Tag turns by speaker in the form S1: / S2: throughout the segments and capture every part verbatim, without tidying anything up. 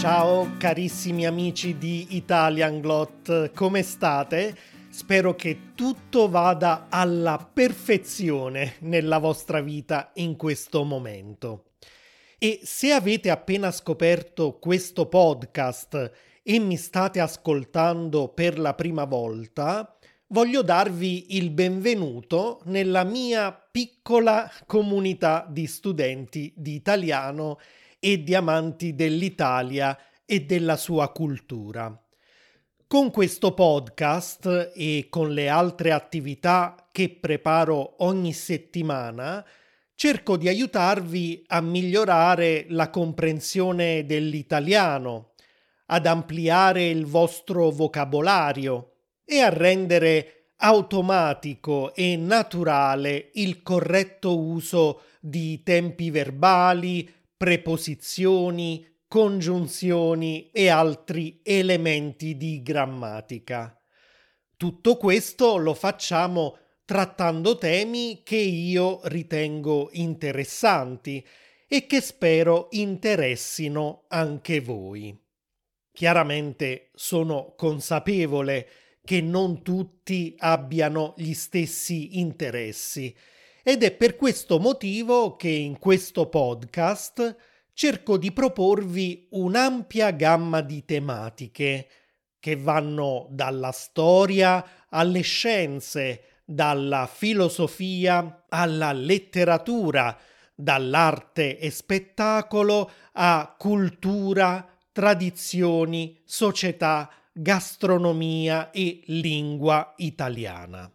S1: Ciao carissimi amici di Italianglot, come state? Spero che tutto vada alla perfezione nella vostra vita in questo momento. E se avete appena scoperto questo podcast e mi state ascoltando per la prima volta, voglio darvi il benvenuto nella mia piccola comunità di studenti di italiano e di amanti dell'Italia e della sua cultura. Con questo podcast e con le altre attività che preparo ogni settimana, cerco di aiutarvi a migliorare la comprensione dell'italiano, ad ampliare il vostro vocabolario e a rendere automatico e naturale il corretto uso di tempi verbali, preposizioni, congiunzioni e altri elementi di grammatica. Tutto questo lo facciamo trattando temi che io ritengo interessanti e che spero interessino anche voi. Chiaramente sono consapevole che non tutti abbiano gli stessi interessi ed è per questo motivo che in questo podcast cerco di proporvi un'ampia gamma di tematiche che vanno dalla storia alle scienze, dalla filosofia alla letteratura, dall'arte e spettacolo a cultura, tradizioni, società, gastronomia e lingua italiana.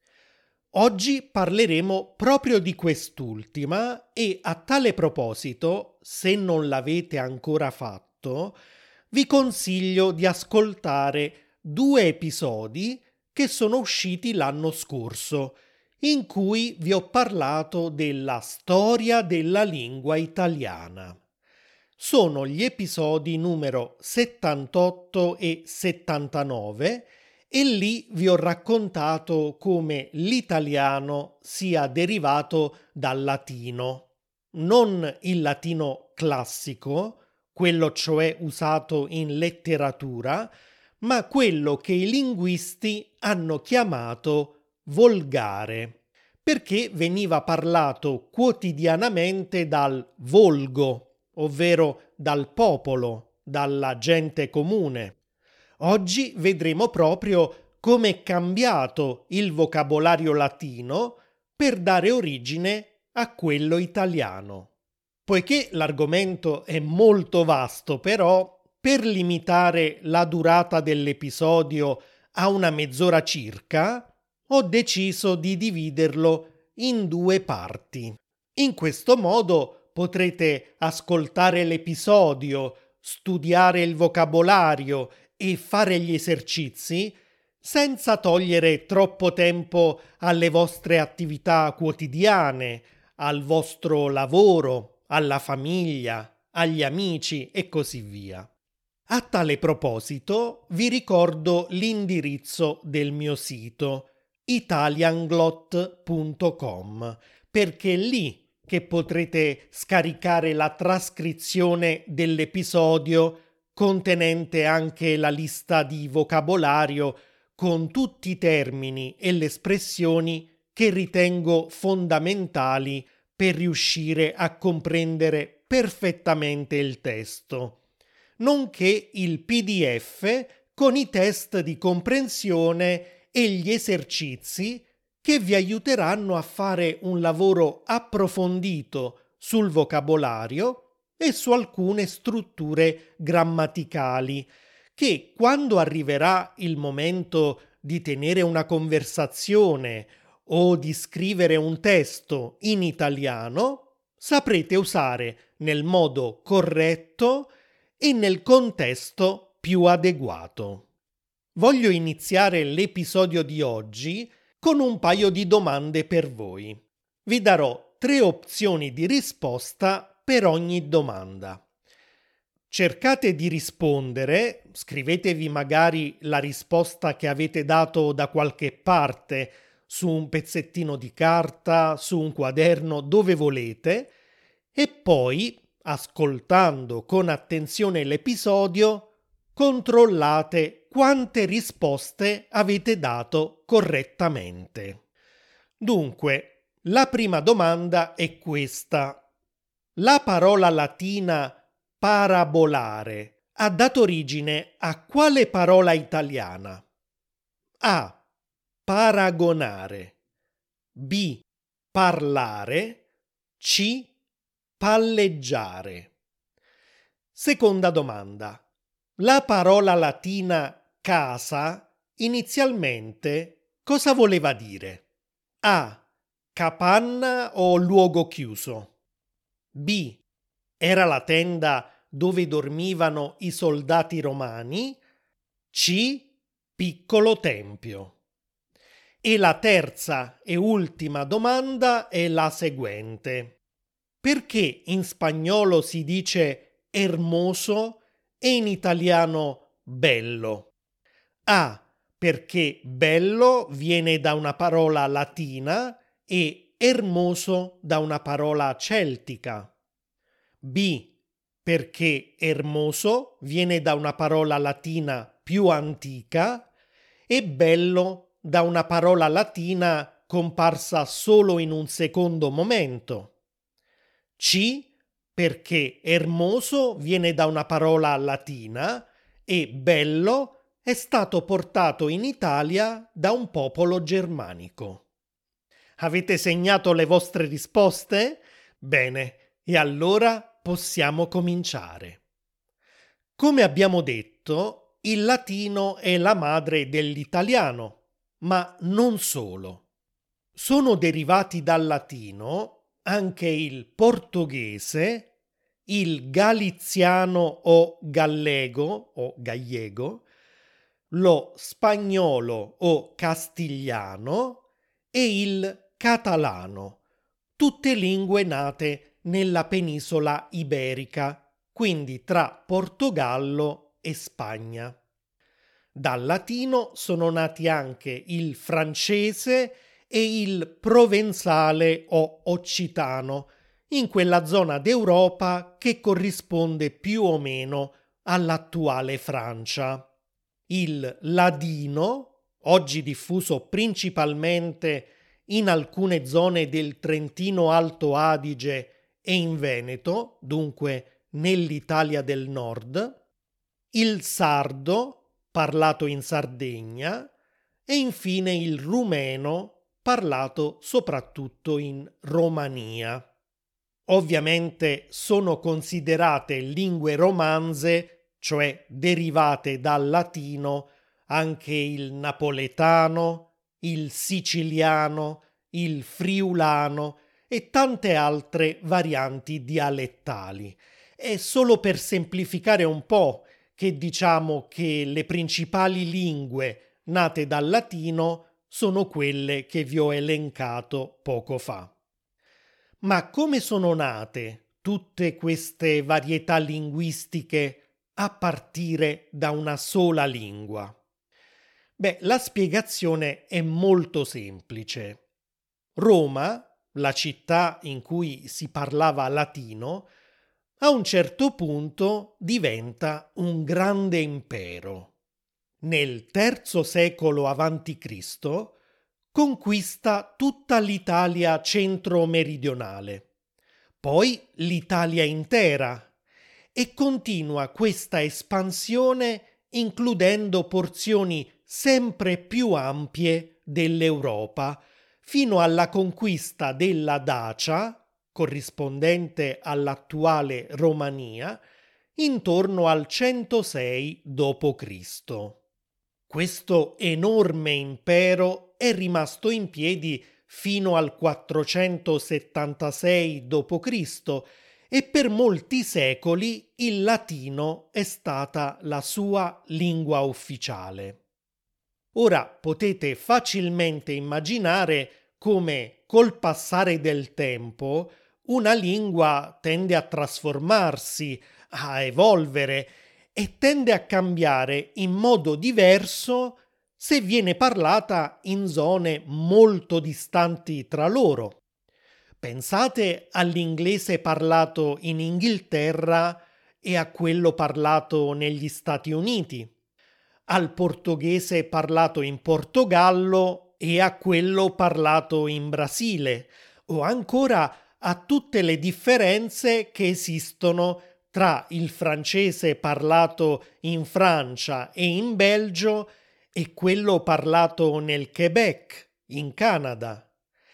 S1: Oggi parleremo proprio di quest'ultima e a tale proposito, se non l'avete ancora fatto, vi consiglio di ascoltare due episodi che sono usciti l'anno scorso, in cui vi ho parlato della storia della lingua italiana. Sono gli episodi numero settantotto e settantanove e lì vi ho raccontato come l'italiano sia derivato dal latino, non il latino classico, quello cioè usato in letteratura, ma quello che i linguisti hanno chiamato volgare, perché veniva parlato quotidianamente dal volgo, ovvero dal popolo, dalla gente comune. Oggi vedremo proprio come è cambiato il vocabolario latino per dare origine a quello italiano. Poiché l'argomento è molto vasto, però, per limitare la durata dell'episodio a una mezz'ora circa, ho deciso di dividerlo in due parti. In questo modo potrete ascoltare l'episodio, studiare il vocabolario e fare gli esercizi senza togliere troppo tempo alle vostre attività quotidiane, al vostro lavoro, alla famiglia, agli amici e così via. A tale proposito vi ricordo l'indirizzo del mio sito italianglot punto com, perché è lì che potrete scaricare la trascrizione dell'episodio contenente anche la lista di vocabolario con tutti i termini e le espressioni che ritengo fondamentali per riuscire a comprendere perfettamente il testo, nonché il P D F con i test di comprensione e gli esercizi che vi aiuteranno a fare un lavoro approfondito sul vocabolario e su alcune strutture grammaticali che, quando arriverà il momento di tenere una conversazione o di scrivere un testo in italiano, saprete usare nel modo corretto e nel contesto più adeguato. Voglio iniziare l'episodio di oggi con un paio di domande per voi. Vi darò tre opzioni di risposta per ogni domanda. Cercate di rispondere, scrivetevi magari la risposta che avete dato da qualche parte, su un pezzettino di carta, su un quaderno, dove volete, e poi ascoltando con attenzione l'episodio, controllate quante risposte avete dato correttamente. Dunque, la prima domanda è questa. La parola latina parabolare ha dato origine a quale parola italiana? A. Paragonare. B. Parlare. C. Palleggiare. Seconda domanda. La parola latina casa inizialmente cosa voleva dire? A. Capanna o luogo chiuso. B. Era la tenda dove dormivano i soldati romani. C. Piccolo tempio. E la terza e ultima domanda è la seguente. Perché in spagnolo si dice hermoso e in italiano bello? A. Perché bello viene da una parola latina e hermoso da una parola celtica. B. Perché hermoso viene da una parola latina più antica e bello da una parola latina comparsa solo in un secondo momento. C. Perché hermoso viene da una parola latina e bello è stato portato in Italia da un popolo germanico. Avete segnato le vostre risposte? Bene, e allora possiamo cominciare. Come abbiamo detto, il latino è la madre dell'italiano, ma non solo. Sono derivati dal latino anche il portoghese, il galiziano o gallego o gallego, lo spagnolo o castigliano e il catalano, tutte lingue nate nella penisola iberica, quindi tra Portogallo e Spagna. Dal latino sono nati anche il francese e il provenzale o occitano, in quella zona d'Europa che corrisponde più o meno all'attuale Francia. Il ladino, oggi diffuso principalmente in alcune zone del Trentino Alto Adige e in Veneto, dunque nell'Italia del Nord, il sardo, parlato in Sardegna, e infine il rumeno, parlato soprattutto in Romania. Ovviamente sono considerate lingue romanze, cioè derivate dal latino, anche il napoletano, il siciliano, il friulano e tante altre varianti dialettali. È solo per semplificare un po' che diciamo che le principali lingue nate dal latino sono quelle che vi ho elencato poco fa. Ma come sono nate tutte queste varietà linguistiche a partire da una sola lingua? Beh, la spiegazione è molto semplice. Roma, la città in cui si parlava latino, a un certo punto diventa un grande impero. Nel terzo secolo avanti Cristo conquista tutta l'Italia centro-meridionale, poi l'Italia intera e continua questa espansione includendo porzioni sempre più ampie dell'Europa fino alla conquista della Dacia, corrispondente all'attuale Romania, intorno al centosei dopo Cristo. Questo enorme impero è rimasto in piedi fino al quattrocentosettantasei dopo Cristo e per molti secoli il latino è stata la sua lingua ufficiale. Ora potete facilmente immaginare come col passare del tempo una lingua tende a trasformarsi, a evolvere e tende a cambiare in modo diverso se viene parlata in zone molto distanti tra loro. Pensate all'inglese parlato in Inghilterra e a quello parlato negli Stati Uniti, al portoghese parlato in Portogallo e a quello parlato in Brasile, o ancora a tutte le differenze che esistono tra il francese parlato in Francia e in Belgio e quello parlato nel Quebec, in Canada.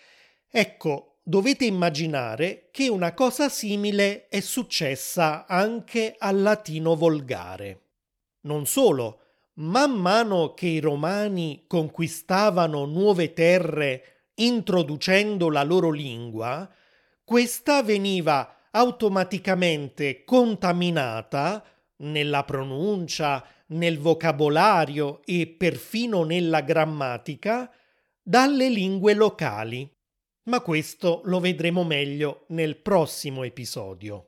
S1: Ecco, dovete immaginare che una cosa simile è successa anche al latino volgare. Non solo, man mano che i romani conquistavano nuove terre introducendo la loro lingua, questa veniva automaticamente contaminata nella pronuncia, nel vocabolario e perfino nella grammatica dalle lingue locali. Ma questo lo vedremo meglio nel prossimo episodio.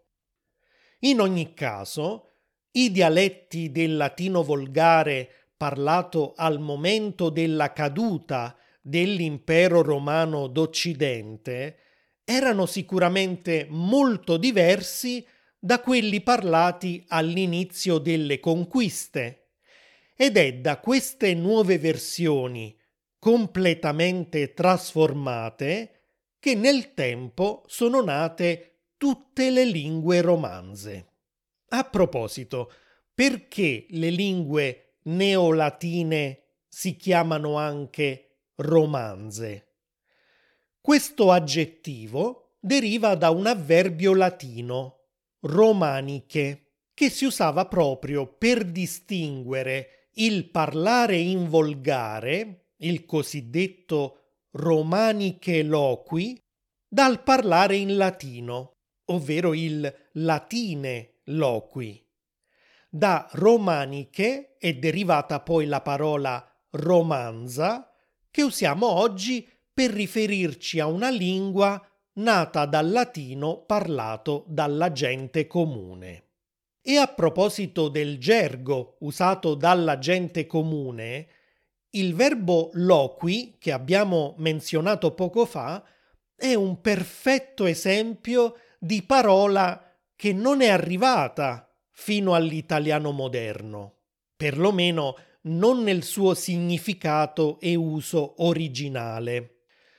S1: In ogni caso, i dialetti del latino volgare parlato al momento della caduta dell'impero romano d'Occidente erano sicuramente molto diversi da quelli parlati all'inizio delle conquiste, ed è da queste nuove versioni completamente trasformate che nel tempo sono nate tutte le lingue romanze. A proposito, perché le lingue neolatine si chiamano anche romanze? Questo aggettivo deriva da un avverbio latino, romaniche, che si usava proprio per distinguere il parlare in volgare, il cosiddetto romaniche loqui, dal parlare in latino, ovvero il latine loqui. Da romaniche è derivata poi la parola romanza, che usiamo oggi per riferirci a una lingua nata dal latino parlato dalla gente comune. E a proposito del gergo usato dalla gente comune, il verbo loqui, che abbiamo menzionato poco fa, è un perfetto esempio di parola che non è arrivata fino all'italiano moderno, perlomeno non nel suo significato e uso originale.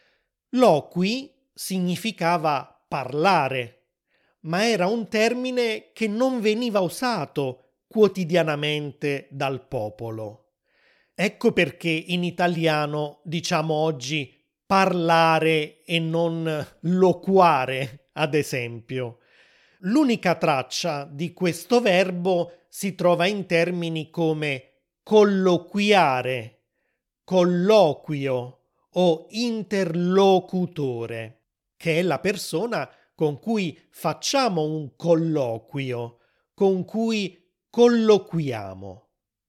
S1: Loqui significava parlare, ma era un termine che non veniva usato quotidianamente dal popolo. Ecco perché in italiano diciamo oggi parlare e non loquare, ad esempio. L'unica traccia di questo verbo si trova in termini come colloquiare, colloquio o interlocutore, che è la persona con cui facciamo un colloquio, con cui colloquiamo.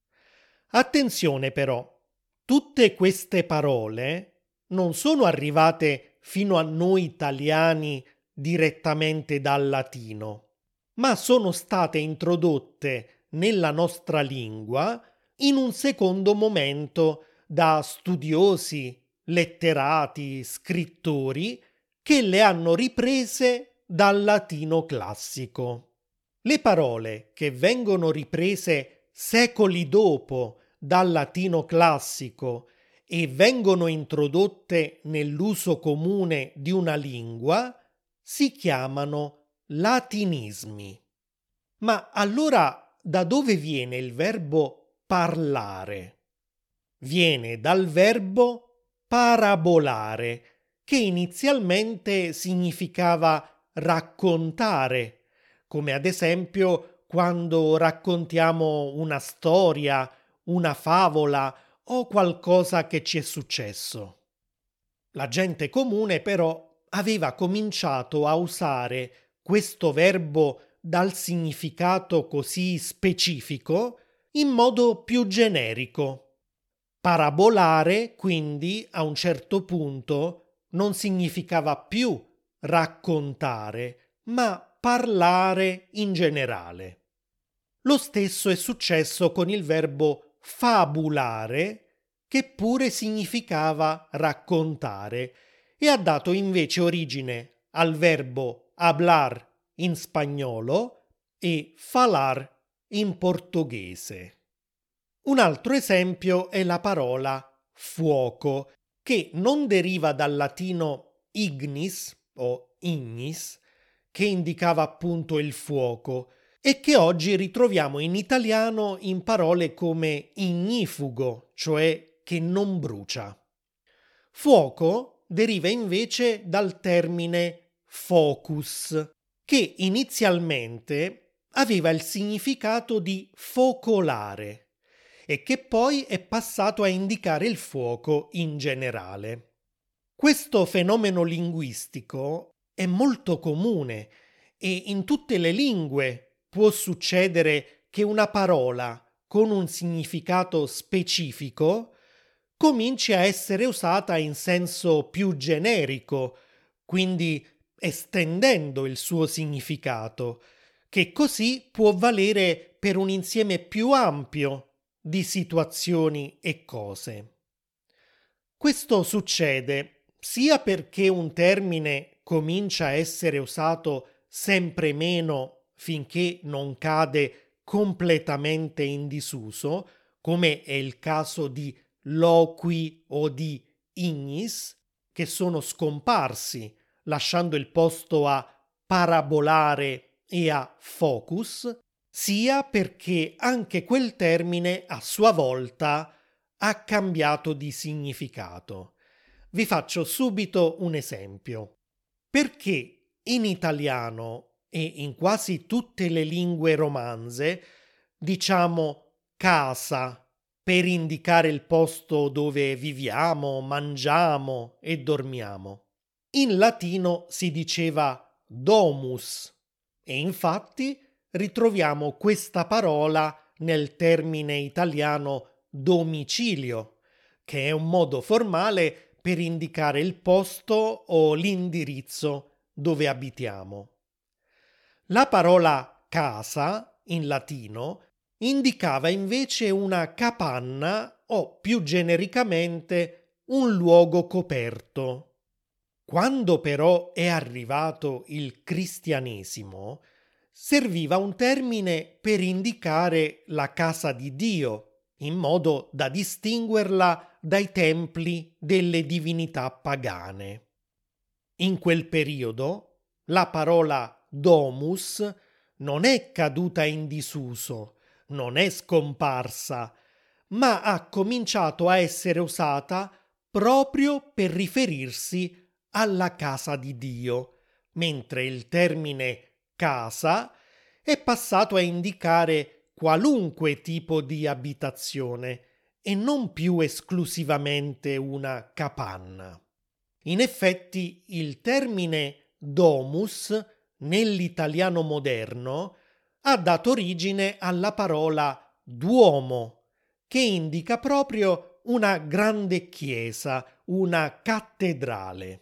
S1: Attenzione però, tutte queste parole non sono arrivate fino a noi italiani direttamente dal latino, ma sono state introdotte nella nostra lingua in un secondo momento da studiosi, letterati, scrittori che le hanno riprese dal latino classico. Le parole che vengono riprese secoli dopo dal latino classico e vengono introdotte nell'uso comune di una lingua si chiamano latinismi. Ma allora da dove viene il verbo parlare? Viene dal verbo parabolare, che inizialmente significava raccontare, come ad esempio quando raccontiamo una storia, una favola o qualcosa che ci è successo. La gente comune però aveva cominciato a usare questo verbo dal significato così specifico in modo più generico. Parabolare, quindi, a un certo punto non significava più raccontare, ma parlare in generale. Lo stesso è successo con il verbo fabulare, che pure significava raccontare, e ha dato invece origine al verbo hablar in spagnolo e falar in portoghese. Un altro esempio è la parola fuoco, che non deriva dal latino ignis o ignis, che indicava appunto il fuoco, e che oggi ritroviamo in italiano in parole come ignifugo, cioè che non brucia. Fuoco deriva invece dal termine focus, che inizialmente aveva il significato di focolare e che poi è passato a indicare il fuoco in generale. Questo fenomeno linguistico è molto comune e in tutte le lingue può succedere che una parola con un significato specifico cominci a essere usata in senso più generico, quindi estendendo il suo significato, che così può valere per un insieme più ampio di situazioni e cose. Questo succede sia perché un termine comincia a essere usato sempre meno finché non cade completamente in disuso, come è il caso di loqui o di ignis, che sono scomparsi, lasciando il posto a parabolare e a focus, sia perché anche quel termine a sua volta ha cambiato di significato. Vi faccio subito un esempio. Perché in italiano e in quasi tutte le lingue romanze diciamo casa per indicare il posto dove viviamo, mangiamo e dormiamo? In latino si diceva domus e infatti ritroviamo questa parola nel termine italiano domicilio, che è un modo formale per indicare il posto o l'indirizzo dove abitiamo. La parola casa, in latino, indicava invece una capanna o, più genericamente, un luogo coperto. Quando però è arrivato il cristianesimo, serviva un termine per indicare la casa di Dio, in modo da distinguerla dai templi delle divinità pagane. In quel periodo, la parola domus non è caduta in disuso, non è scomparsa, ma ha cominciato a essere usata proprio per riferirsi alla casa di Dio, mentre il termine casa è passato a indicare qualunque tipo di abitazione e non più esclusivamente una capanna. In effetti il termine domus nell'italiano moderno ha dato origine alla parola duomo, che indica proprio una grande chiesa, una cattedrale.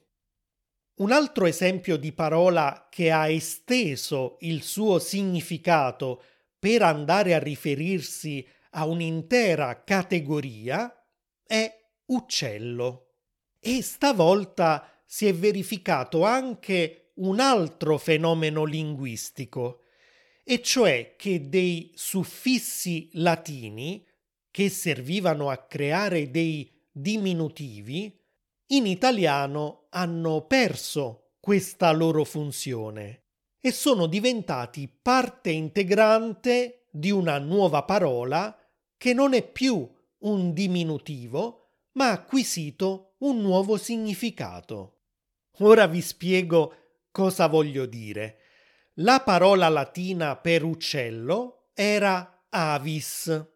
S1: Un altro esempio di parola che ha esteso il suo significato per andare a riferirsi a un'intera categoria è uccello. E stavolta si è verificato anche un altro fenomeno linguistico, e cioè che dei suffissi latini che servivano a creare dei diminutivi in italiano hanno perso questa loro funzione e sono diventati parte integrante di una nuova parola che non è più un diminutivo, ma ha acquisito un nuovo significato. Ora vi spiego cosa voglio dire. La parola latina per uccello era avis.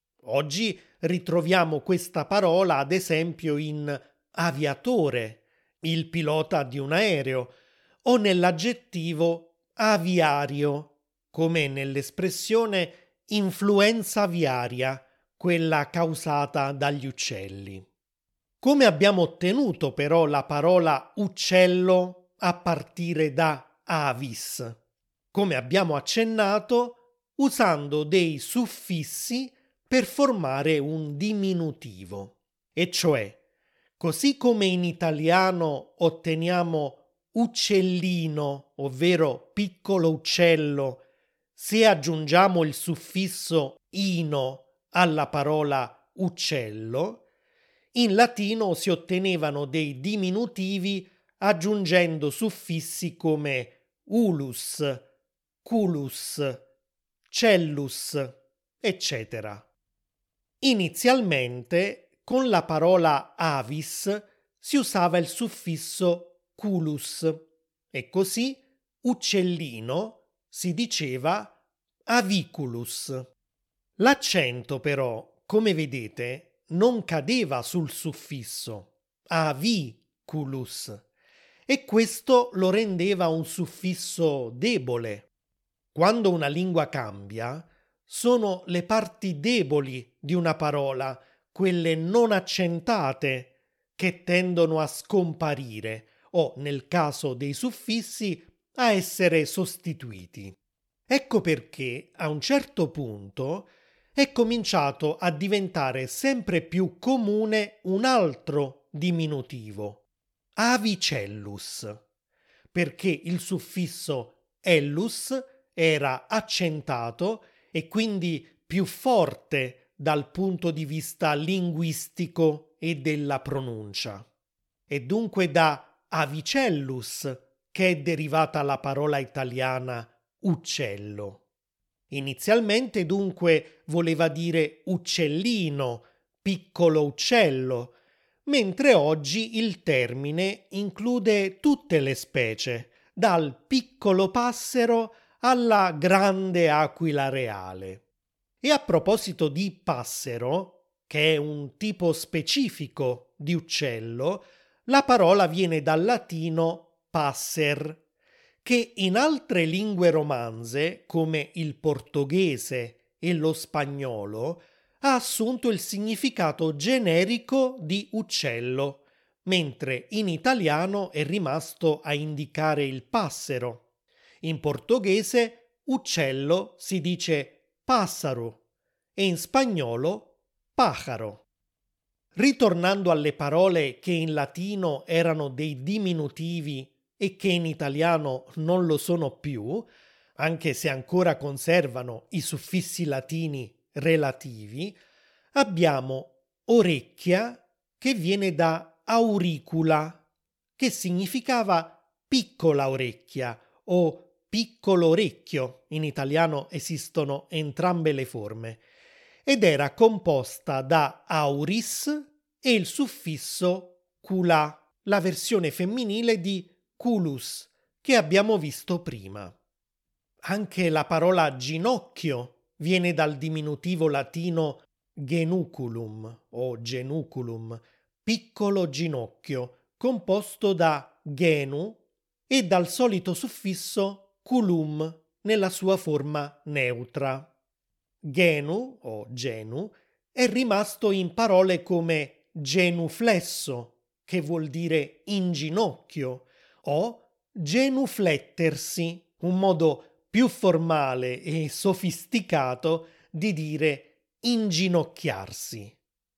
S1: Oggi ritroviamo questa parola ad esempio in aviatore, il pilota di un aereo, o nell'aggettivo aviario, come nell'espressione influenza aviaria, quella causata dagli uccelli. Come abbiamo ottenuto però la parola uccello a partire da avis? Come abbiamo accennato, usando dei suffissi per formare un diminutivo. E cioè, così come in italiano otteniamo uccellino, ovvero piccolo uccello, se aggiungiamo il suffisso ino alla parola uccello, in latino si ottenevano dei diminutivi aggiungendo suffissi come ulus, culus, cellus, eccetera. Inizialmente, con la parola avis si usava il suffisso culus e così uccellino si diceva aviculus. L'accento però, come vedete, non cadeva sul suffisso aviculus e questo lo rendeva un suffisso debole. Quando una lingua cambia, sono le parti deboli di una parola, quelle non accentate, che tendono a scomparire o, nel caso dei suffissi, a essere sostituiti. Ecco perché, a un certo punto, è cominciato a diventare sempre più comune un altro diminutivo, avicellus, perché il suffisso ellus era accentato e quindi più forte dal punto di vista linguistico e della pronuncia. È dunque da avicellus che è derivata la parola italiana uccello. Inizialmente dunque voleva dire uccellino, piccolo uccello, mentre oggi il termine include tutte le specie, dal piccolo passero alla grande aquila reale. E a proposito di passero, che è un tipo specifico di uccello, la parola viene dal latino passer, che in altre lingue romanze, come il portoghese e lo spagnolo, ha assunto il significato generico di uccello, mentre in italiano è rimasto a indicare il passero. In portoghese uccello si dice pássaro e in spagnolo pájaro. Ritornando alle parole che in latino erano dei diminutivi e che in italiano non lo sono più, anche se ancora conservano i suffissi latini relativi, abbiamo orecchia che viene da auricula, che significava piccola orecchia o piccolo orecchio, in italiano esistono entrambe le forme, ed era composta da auris e il suffisso cula, la versione femminile di culus, che abbiamo visto prima. Anche la parola ginocchio viene dal diminutivo latino genuculum o genuculum, piccolo ginocchio, composto da genu e dal solito suffisso culum nella sua forma neutra. Genu o genu è rimasto in parole come genuflesso, che vuol dire in ginocchio, o genuflettersi, un modo più formale e sofisticato di dire inginocchiarsi.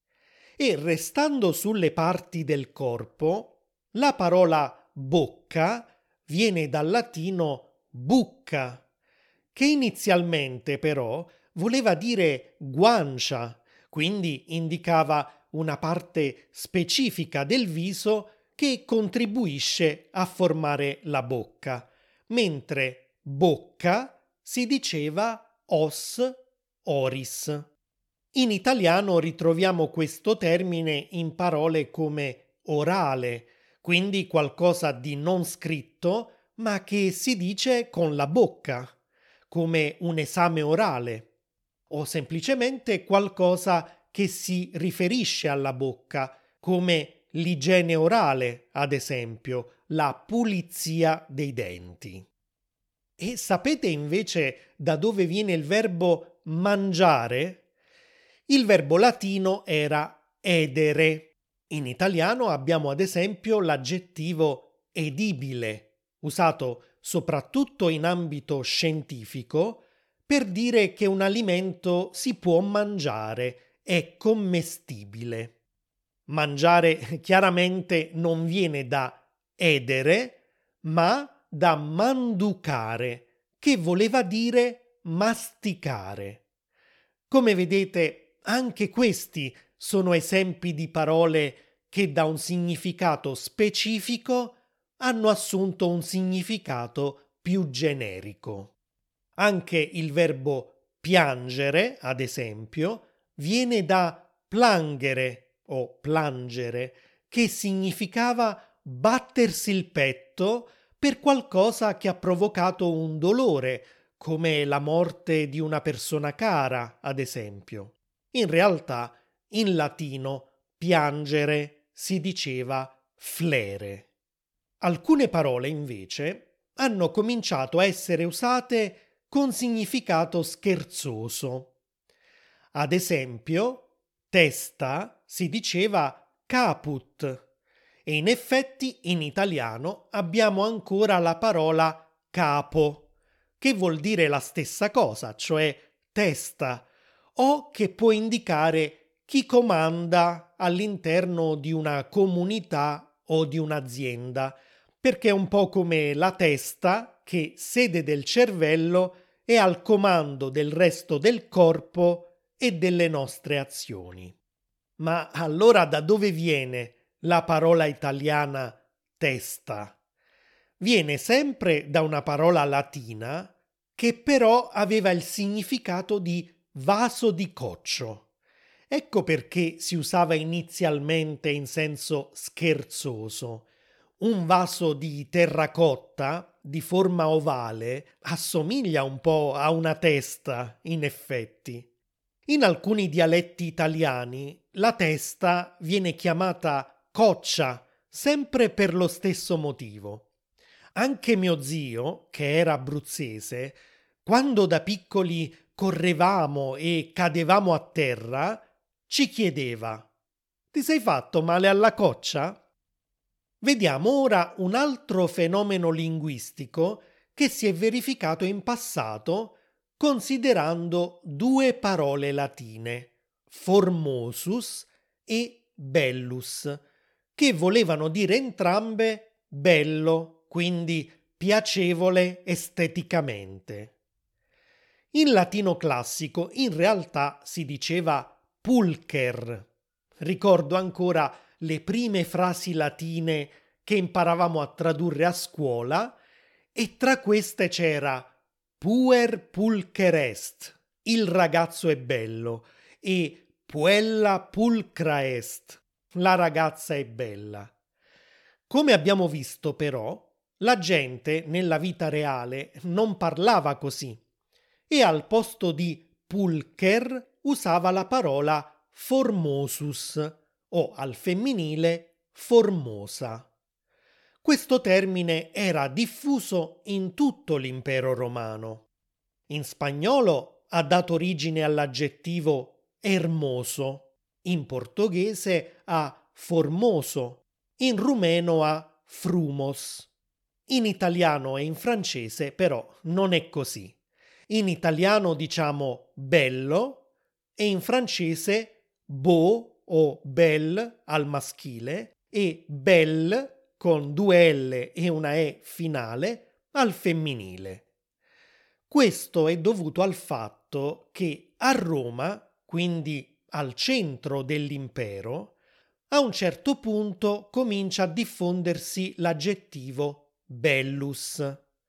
S1: E restando sulle parti del corpo, la parola bocca viene dal latino bucca, che inizialmente però voleva dire guancia, quindi indicava una parte specifica del viso che contribuisce a formare la bocca, mentre bocca si diceva os oris. In italiano ritroviamo questo termine in parole come orale, quindi qualcosa di non scritto, ma che si dice con la bocca, come un esame orale, o semplicemente qualcosa che si riferisce alla bocca, come l'igiene orale, ad esempio, la pulizia dei denti. E sapete invece da dove viene il verbo mangiare? Il verbo latino era edere. In italiano abbiamo ad esempio l'aggettivo edibile, usato soprattutto in ambito scientifico, per dire che un alimento si può mangiare, è commestibile. Mangiare chiaramente non viene da edere, ma da manducare, che voleva dire masticare. Come vedete, anche questi sono esempi di parole che da un significato specifico hanno assunto un significato più generico. Anche il verbo piangere, ad esempio, viene da plangere o plangere, che significava battersi il petto per qualcosa che ha provocato un dolore, come la morte di una persona cara, ad esempio. In realtà, in latino, piangere si diceva flere. Alcune parole, invece, hanno cominciato a essere usate con significato scherzoso. Ad esempio, testa si diceva caput e in effetti in italiano abbiamo ancora la parola capo, che vuol dire la stessa cosa, cioè testa, o che può indicare chi comanda all'interno di una comunità o di un'azienda, perché è un po' come la testa che, sede del cervello, è al comando del resto del corpo e delle nostre azioni. Ma allora da dove viene la parola italiana testa? Viene sempre da una parola latina che però aveva il significato di vaso di coccio. Ecco perché si usava inizialmente in senso scherzoso. Un vaso di terracotta di forma ovale assomiglia un po' a una testa, in effetti. In alcuni dialetti italiani la testa viene chiamata coccia, sempre per lo stesso motivo. Anche mio zio, che era abruzzese, quando da piccoli correvamo e cadevamo a terra, ci chiedeva: «Ti sei fatto male alla coccia?» Vediamo ora un altro fenomeno linguistico che si è verificato in passato considerando due parole latine, formosus e bellus, che volevano dire entrambe bello, quindi piacevole esteticamente. In latino classico in realtà si diceva pulcher. Ricordo ancora le prime frasi latine che imparavamo a tradurre a scuola e tra queste c'era puer pulcher est, il ragazzo è bello, e puella pulcra est, la ragazza è bella. Come abbiamo visto però, la gente nella vita reale non parlava così e al posto di pulcher usava la parola formosus o al femminile formosa. Questo termine era diffuso in tutto l'impero romano. In spagnolo ha dato origine all'aggettivo hermoso, in portoghese a formoso, in rumeno a frumos. In italiano e in francese però non è così. In italiano diciamo bello e in francese beau o belle al maschile e belle con due L e una E finale al femminile. Questo è dovuto al fatto che a Roma, quindi al centro dell'impero, a un certo punto comincia a diffondersi l'aggettivo bellus.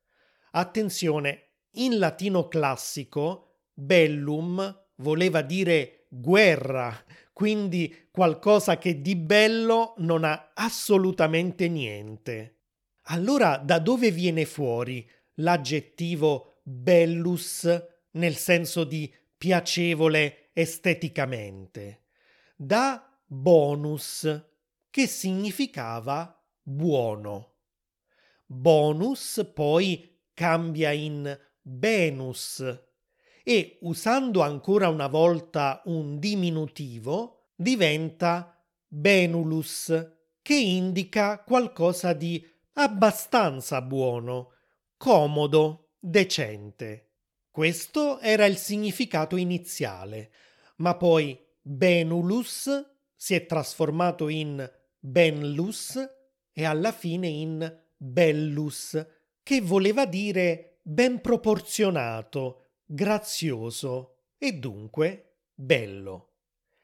S1: Attenzione, in latino classico bellum voleva dire guerra, quindi qualcosa che di bello non ha assolutamente niente. Allora da dove viene fuori l'aggettivo bellus nel senso di piacevole esteticamente? Da bonus, che significava buono. Bonus poi cambia in benus e, usando ancora una volta un diminutivo, diventa benulus, che indica qualcosa di abbastanza buono, comodo, decente. Questo era il significato iniziale, ma poi benulus si è trasformato in benlus e alla fine in bellus, che voleva dire ben proporzionato, grazioso e dunque bello.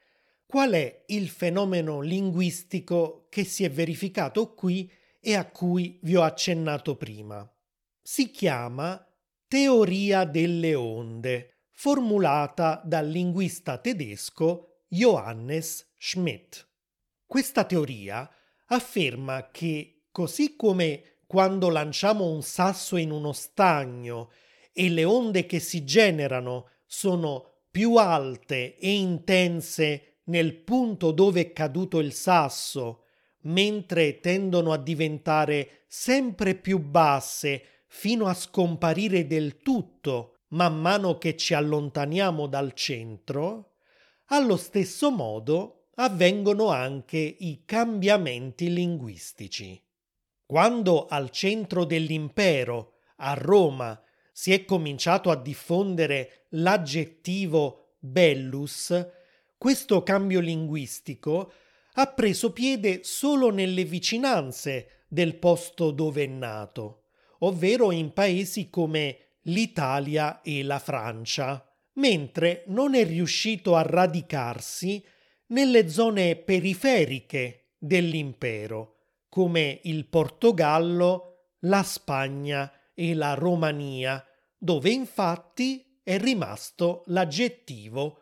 S1: Qual è il fenomeno linguistico che si è verificato qui e a cui vi ho accennato prima? Si chiama teoria delle onde, formulata dal linguista tedesco Johannes Schmidt. Questa teoria afferma che, così come quando lanciamo un sasso in uno stagno e le onde che si generano sono più alte e intense nel punto dove è caduto il sasso, mentre tendono a diventare sempre più basse fino a scomparire del tutto man mano che ci allontaniamo dal centro, allo stesso modo avvengono anche i cambiamenti linguistici. Quando al centro dell'impero, a Roma, si è cominciato a diffondere l'aggettivo bellus, questo cambio linguistico ha preso piede solo nelle vicinanze del posto dove è nato, ovvero in paesi come l'Italia e la Francia, mentre non è riuscito a radicarsi nelle zone periferiche dell'impero, come il Portogallo, la Spagna e la Romania, dove infatti è rimasto l'aggettivo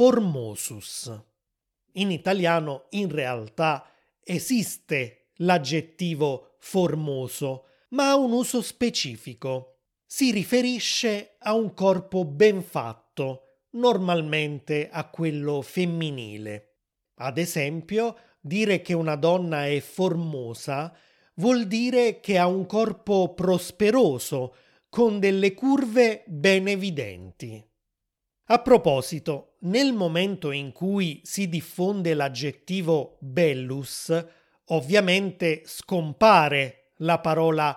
S1: formosus. In italiano in realtà esiste l'aggettivo formoso, ma ha un uso specifico. Si riferisce a un corpo ben fatto, normalmente a quello femminile. Ad esempio, dire che una donna è formosa vuol dire che ha un corpo prosperoso, con delle curve ben evidenti. A proposito, nel momento in cui si diffonde l'aggettivo bellus, ovviamente scompare la parola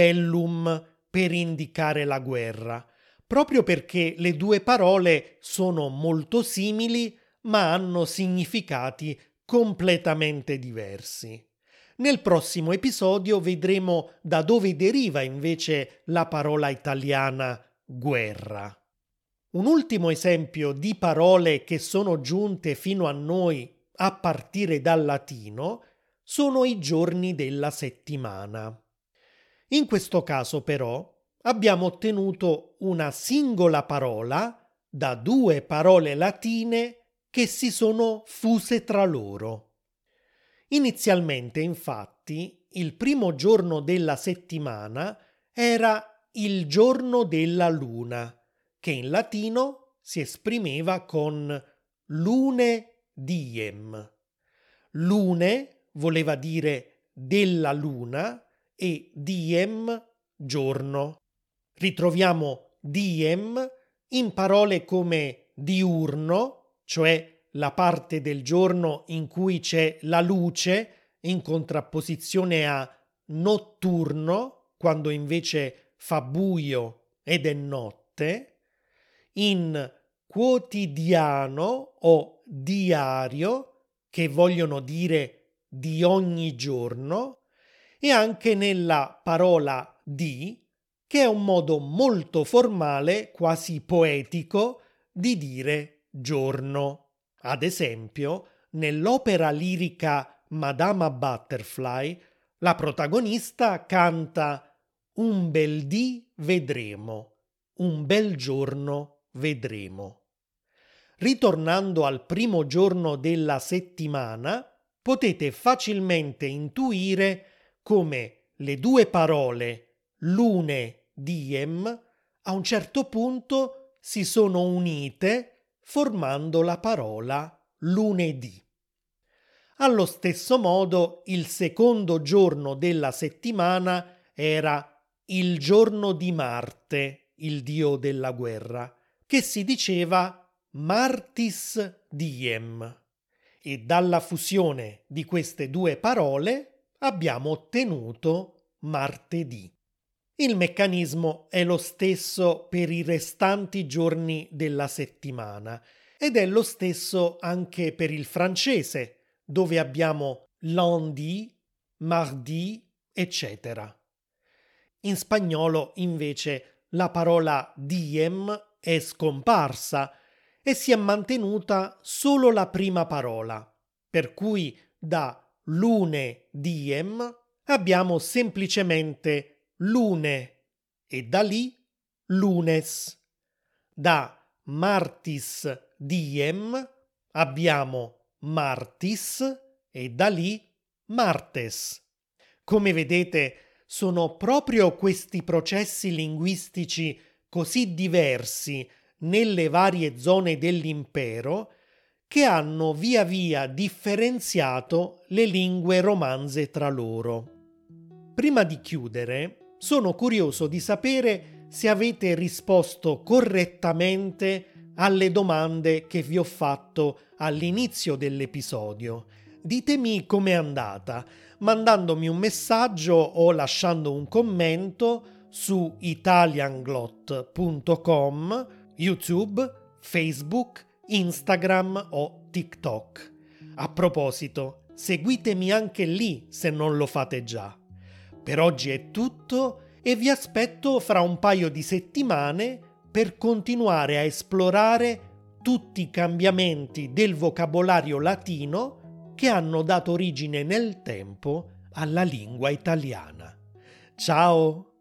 S1: bellum per indicare la guerra, proprio perché le due parole sono molto simili ma hanno significati completamente diversi. Nel prossimo episodio vedremo da dove deriva invece la parola italiana guerra. Un ultimo esempio di parole che sono giunte fino a noi a partire dal latino sono i giorni della settimana. In questo caso però abbiamo ottenuto una singola parola da due parole latine che si sono fuse tra loro. Inizialmente, infatti, il primo giorno della settimana era il giorno della luna, che in latino si esprimeva con lune diem. Lune voleva dire della luna e diem giorno. Ritroviamo diem in parole come diurno, cioè la parte del giorno in cui c'è la luce, in contrapposizione a notturno, quando invece fa buio ed è notte, in quotidiano o diario, che vogliono dire di ogni giorno, e anche nella parola di, che è un modo molto formale, quasi poetico, di dire giorno. Ad esempio, nell'opera lirica Madama Butterfly, la protagonista canta "Un bel dì vedremo, un bel giorno vedremo". Ritornando al primo giorno della settimana, potete facilmente intuire come le due parole lune diem a un certo punto si sono unite formando la parola lunedì. Allo stesso modo, il secondo giorno della settimana era il giorno di Marte, il dio della guerra, che si diceva Martis diem. E dalla fusione di queste due parole abbiamo ottenuto martedì. Il meccanismo è lo stesso per i restanti giorni della settimana ed è lo stesso anche per il francese, dove abbiamo lundi, mardi, eccetera. In spagnolo, invece, la parola diem è scomparsa e si è mantenuta solo la prima parola, per cui da lune diem abbiamo semplicemente lune e da lì lunes. Da martis diem abbiamo martis e da lì martes. Come vedete, sono proprio questi processi linguistici così diversi nelle varie zone dell'impero che hanno via via differenziato le lingue romanze tra loro. Prima di chiudere, sono curioso di sapere se avete risposto correttamente alle domande che vi ho fatto all'inizio dell'episodio. Ditemi com'è andata, mandandomi un messaggio o lasciando un commento su italianglot punto com, YouTube, Facebook, Instagram o TikTok. A proposito, seguitemi anche lì se non lo fate già. Per oggi è tutto e vi aspetto fra un paio di settimane per continuare a esplorare tutti i cambiamenti del vocabolario latino che hanno dato origine nel tempo alla lingua italiana. Ciao!